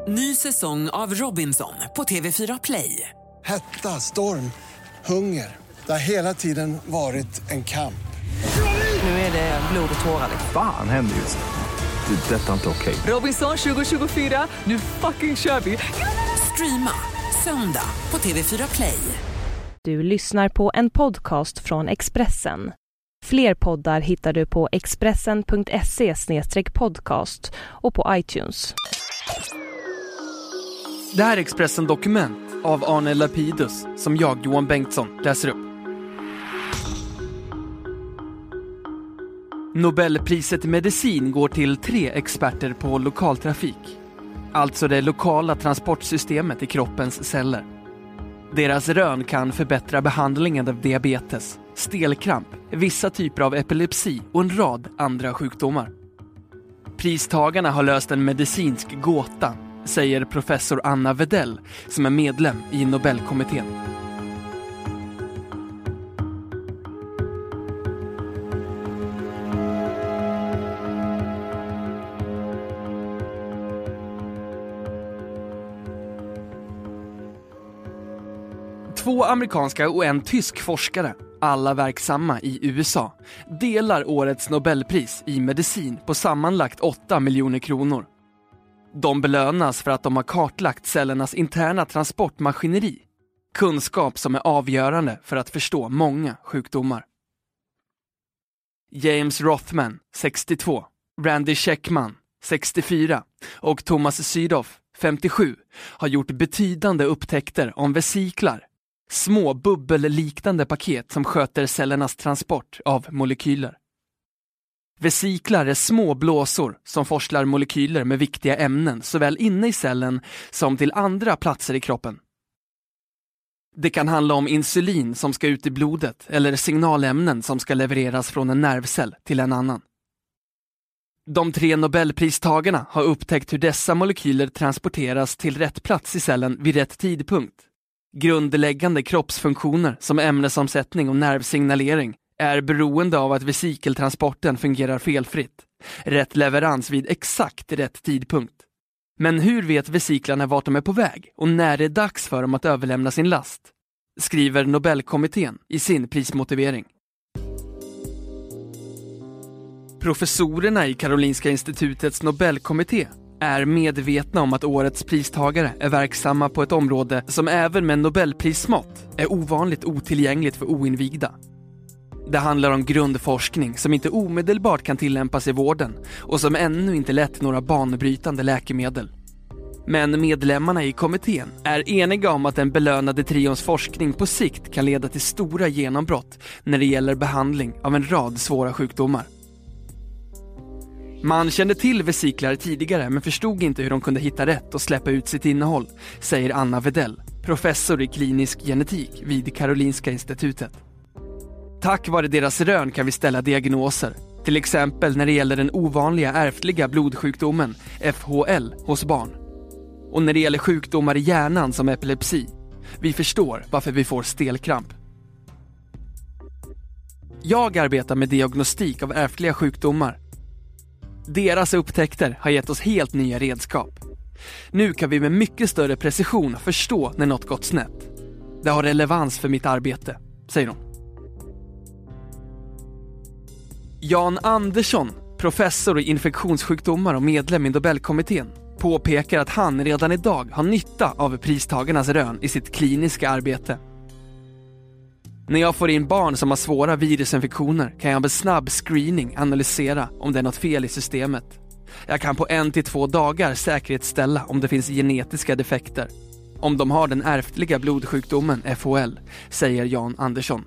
Ny säsong av Robinson på TV4 Play. Hetta, storm, hunger. Det har hela tiden varit en kamp. Nu är det blod och tårar. Fan händer just nu. Det. Detta är inte okej. Robinson 2024, nu fucking kör vi. Streama söndag på TV4 Play. Du lyssnar på en podcast från Expressen. Fler poddar hittar du på expressen.se/podcast och på iTunes. Det här är Expressen Dokument av Arne Lapidus som jag, Johan Bengtsson, läser upp. Nobelpriset i medicin går till 3 experter på lokaltrafik. Alltså det lokala transportsystemet i kroppens celler. Deras rön kan förbättra behandlingen av diabetes, stelkramp, vissa typer av epilepsi och en rad andra sjukdomar. Pristagarna har löst en medicinsk gåta, säger professor Anna Wedell som är medlem i Nobelkommittén. Två amerikanska och en tysk forskare, alla verksamma i USA, delar årets Nobelpris i medicin på sammanlagt 8 miljoner kronor. De belönas för att de har kartlagt cellernas interna transportmaskineri, kunskap som är avgörande för att förstå många sjukdomar. James Rothman, 62, Randy Sheckman, 64 och Thomas Sydow, 57, har gjort betydande upptäckter om vesiklar, små bubbelliknande paket som sköter cellernas transport av molekyler. Vesiklar är små blåsor som forslar molekyler med viktiga ämnen såväl inne i cellen som till andra platser i kroppen. Det kan handla om insulin som ska ut i blodet eller signalämnen som ska levereras från en nervcell till en annan. De 3 Nobelpristagarna har upptäckt hur dessa molekyler transporteras till rätt plats i cellen vid rätt tidpunkt. Grundläggande kroppsfunktioner som ämnesomsättning och nervsignalering är beroende av att vesikeltransporten fungerar felfritt. Rätt leverans vid exakt rätt tidpunkt. Men hur vet vesiklarna vart de är på väg och när det är dags för dem att överlämna sin last? Skriver Nobelkommittén i sin prismotivering. Professorerna i Karolinska institutets Nobelkommitté är medvetna om att årets pristagare är verksamma på ett område som även med Nobelprismått är ovanligt otillgängligt för oinvigda. Det handlar om grundforskning som inte omedelbart kan tillämpas i vården och som ännu inte lett några banbrytande läkemedel. Men medlemmarna i kommittén är eniga om att den belönade trions forskning på sikt kan leda till stora genombrott när det gäller behandling av en rad svåra sjukdomar. Man kände till vesiklar tidigare men förstod inte hur de kunde hitta rätt och släppa ut sitt innehåll, säger Anna Wedell, professor i klinisk genetik vid Karolinska institutet. Tack vare deras rön kan vi ställa diagnoser, till exempel när det gäller den ovanliga ärftliga blodsjukdomen FHL hos barn. Och när det gäller sjukdomar i hjärnan som epilepsi. Vi förstår varför vi får stelkramp. Jag arbetar med diagnostik av ärftliga sjukdomar. Deras upptäckter har gett oss helt nya redskap. Nu kan vi med mycket större precision förstå när något gått snett. Det har relevans för mitt arbete, säger hon. Jan Andersson, professor i infektionssjukdomar och medlem i Nobelkommittén, påpekar att han redan idag har nytta av pristagarnas rön i sitt kliniska arbete. När jag får in barn som har svåra virusinfektioner kan jag med snabb screening analysera om det är något fel i systemet. Jag kan på 1 till 2 dagar säkerhetsställa om det finns genetiska defekter. Om de har den ärftliga blodsjukdomen FHL, säger Jan Andersson.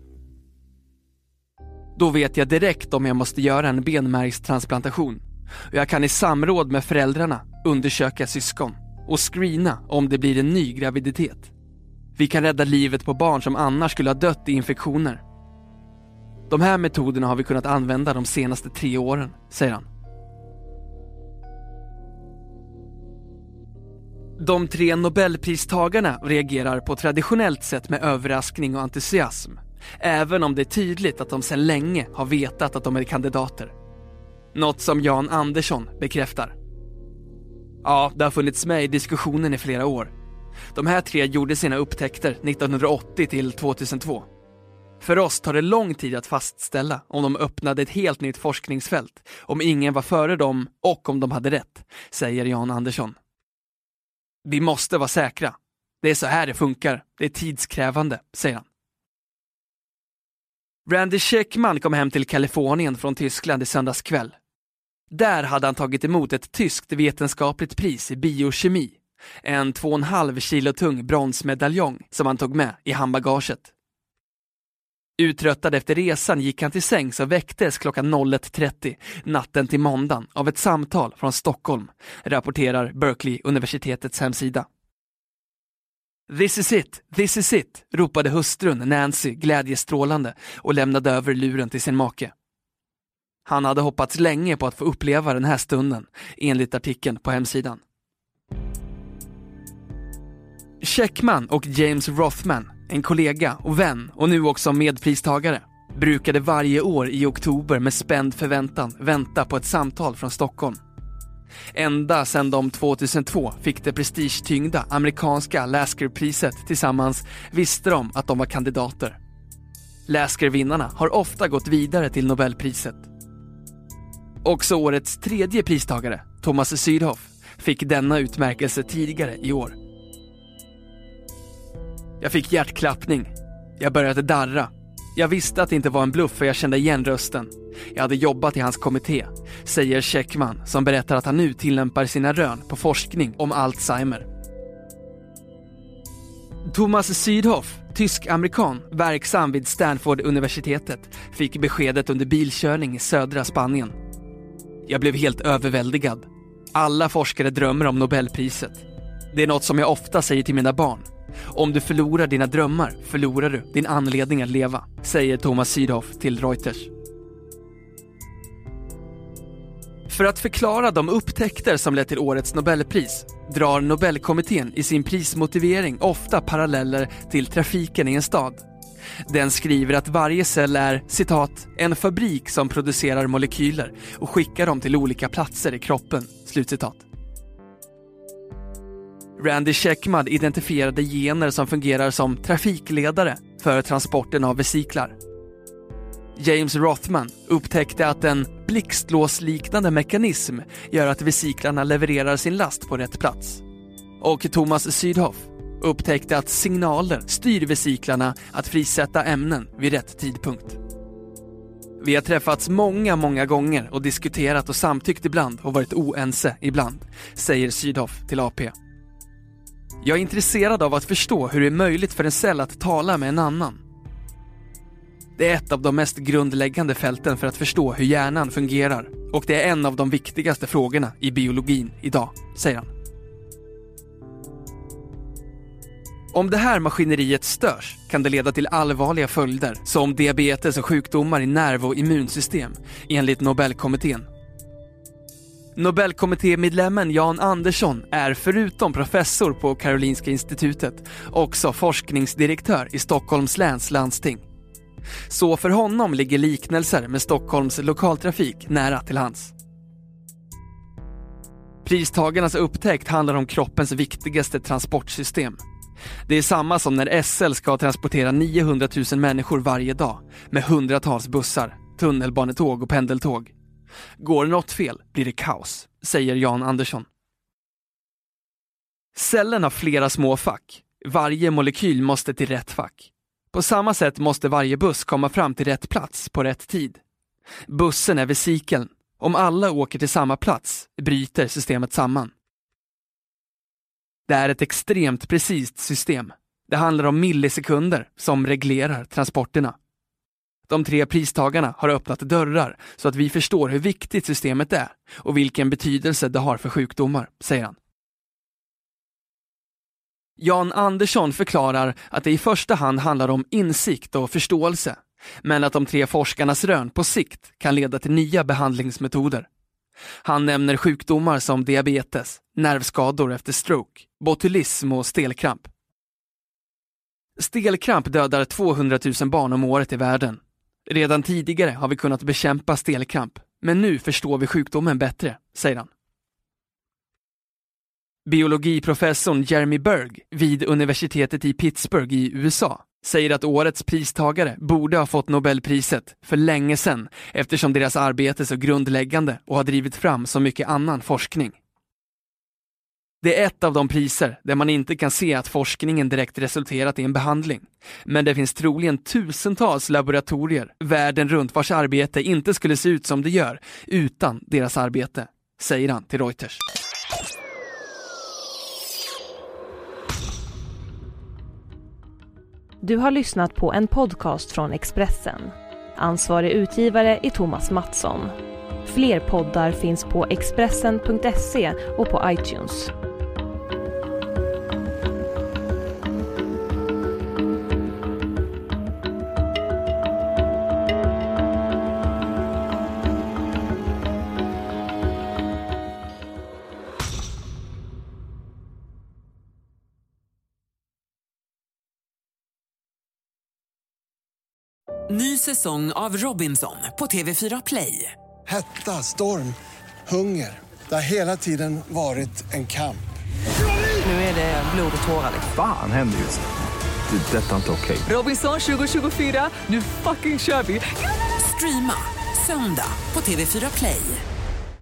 Då vet jag direkt om jag måste göra en benmärgstransplantation. Och jag kan i samråd med föräldrarna undersöka syskon och screena om det blir en ny graviditet. Vi kan rädda livet på barn som annars skulle ha dött i infektioner. De här metoderna har vi kunnat använda de senaste 3 åren, säger han. De 3 Nobelpristagarna reagerar på traditionellt sätt med överraskning och entusiasm. Även om det är tydligt att de sedan länge har vetat att de är kandidater. Något som Jan Andersson bekräftar. Ja, det har funnits med i diskussionen i flera år. De här 3 gjorde sina upptäckter 1980 till 2002. För oss tar det lång tid att fastställa om de öppnade ett helt nytt forskningsfält, om ingen var före dem och om de hade rätt, säger Jan Andersson. Vi måste vara säkra. Det är så här det funkar. Det är tidskrävande, säger han. Randy Sheckman kom hem till Kalifornien från Tyskland i söndags kväll. Där hade han tagit emot ett tyskt vetenskapligt pris i biokemi. En 2,5 kilo tung bronsmedaljong som han tog med i handbagaget. Uttröttad efter resan gick han till sängs och väcktes klockan 01.30 natten till måndagen av ett samtal från Stockholm, rapporterar Berkeley-universitetets hemsida. This is it, ropade hustrun Nancy glädjestrålande och lämnade över luren till sin make. Han hade hoppats länge på att få uppleva den här stunden, enligt artikeln på hemsidan. Sheckman och James Rothman, en kollega och vän och nu också medpristagare, brukade varje år i oktober med spänd förväntan vänta på ett samtal från Stockholm. Ända sedan de 2002 fick det prestigetyngda amerikanska Lasker-priset tillsammans visste de att de var kandidater. Lasker-vinnarna har ofta gått vidare till Nobelpriset. Också årets 3:e pristagare, Thomas Sydhoff, fick denna utmärkelse tidigare i år. Jag fick hjärtklappning. Jag började darra. Jag visste att det inte var en bluff för jag kände igen rösten. Jag hade jobbat i hans kommitté, säger Sheckman som berättar att han nu tillämpar sina rön på forskning om Alzheimer. Thomas Sydhoff, tysk-amerikan, verksam vid Stanford-universitetet, fick beskedet under bilkörning i södra Spanien. Jag blev helt överväldigad. Alla forskare drömmer om Nobelpriset. Det är något som jag ofta säger till mina barn. Om du förlorar dina drömmar förlorar du din anledning att leva, säger Thomas Sydhoff till Reuters. För att förklara de upptäckter som lett till årets Nobelpris drar Nobelkommittén i sin prismotivering ofta paralleller till trafiken i en stad. Den skriver att varje cell är, citat, en fabrik som producerar molekyler och skickar dem till olika platser i kroppen, slutcitat. Randy Sheckman identifierade gener som fungerar som trafikledare för transporten av vesiklar. James Rothman upptäckte att en blixtlåsliknande mekanism gör att vesiklarna levererar sin last på rätt plats. Och Thomas Sydhoff upptäckte att signaler styr vesiklarna att frisätta ämnen vid rätt tidpunkt. Vi har träffats många gånger och diskuterat och samtyckt ibland och varit oense ibland, säger Sydhoff till AP. Jag är intresserad av att förstå hur det är möjligt för en cell att tala med en annan. Det är ett av de mest grundläggande fälten för att förstå hur hjärnan fungerar och det är en av de viktigaste frågorna i biologin idag, säger han. Om det här maskineriet störs kan det leda till allvarliga följder som diabetes och sjukdomar i nerv- och immunsystem, enligt Nobelkommittén. Nobelkommittémedlemmen Jan Andersson är förutom professor på Karolinska institutet också forskningsdirektör i Stockholms läns landsting. Så för honom ligger liknelser med Stockholms lokaltrafik nära till hands. Pristagarnas upptäckt handlar om kroppens viktigaste transportsystem. Det är samma som när SL ska transportera 900 000 människor varje dag med hundratals bussar, tunnelbanetåg och pendeltåg. Går något fel blir det kaos, säger Jan Andersson. Cellen har flera små fack. Varje molekyl måste till rätt fack. På samma sätt måste varje buss komma fram till rätt plats på rätt tid. Bussen är vesikeln. Om alla åker till samma plats bryter systemet samman. Det är ett extremt precist system. Det handlar om millisekunder som reglerar transporterna. De 3 pristagarna har öppnat dörrar så att vi förstår hur viktigt systemet är och vilken betydelse det har för sjukdomar, säger han. Jan Andersson förklarar att det i första hand handlar om insikt och förståelse, men att de 3 forskarnas rön på sikt kan leda till nya behandlingsmetoder. Han nämner sjukdomar som diabetes, nervskador efter stroke, botulism och stelkramp. Stelkramp dödar 200 000 barn om året i världen. Redan tidigare har vi kunnat bekämpa stelkramp, men nu förstår vi sjukdomen bättre, säger han. Biologiprofessorn Jeremy Berg vid universitetet i Pittsburgh i USA säger att årets pristagare borde ha fått Nobelpriset för länge sedan eftersom deras arbete är så grundläggande och har drivit fram så mycket annan forskning. Det är ett av de priser där man inte kan se att forskningen direkt resulterat i en behandling. Men det finns troligen tusentals laboratorier världen runt vars arbete inte skulle se ut som det gör utan deras arbete, säger han till Reuters. Du har lyssnat på en podcast från Expressen. Ansvarig utgivare är Thomas Mattsson. Fler poddar finns på Expressen.se och på iTunes. Ny säsong av Robinson på TV4 Play. Hetta, storm, hunger. Det har hela tiden varit en kamp. Nu är det blod och tårar. Fan händer just nu. Det. Detta är inte okej. Robinson 2024, nu fucking kör vi. Streama söndag på TV4 Play.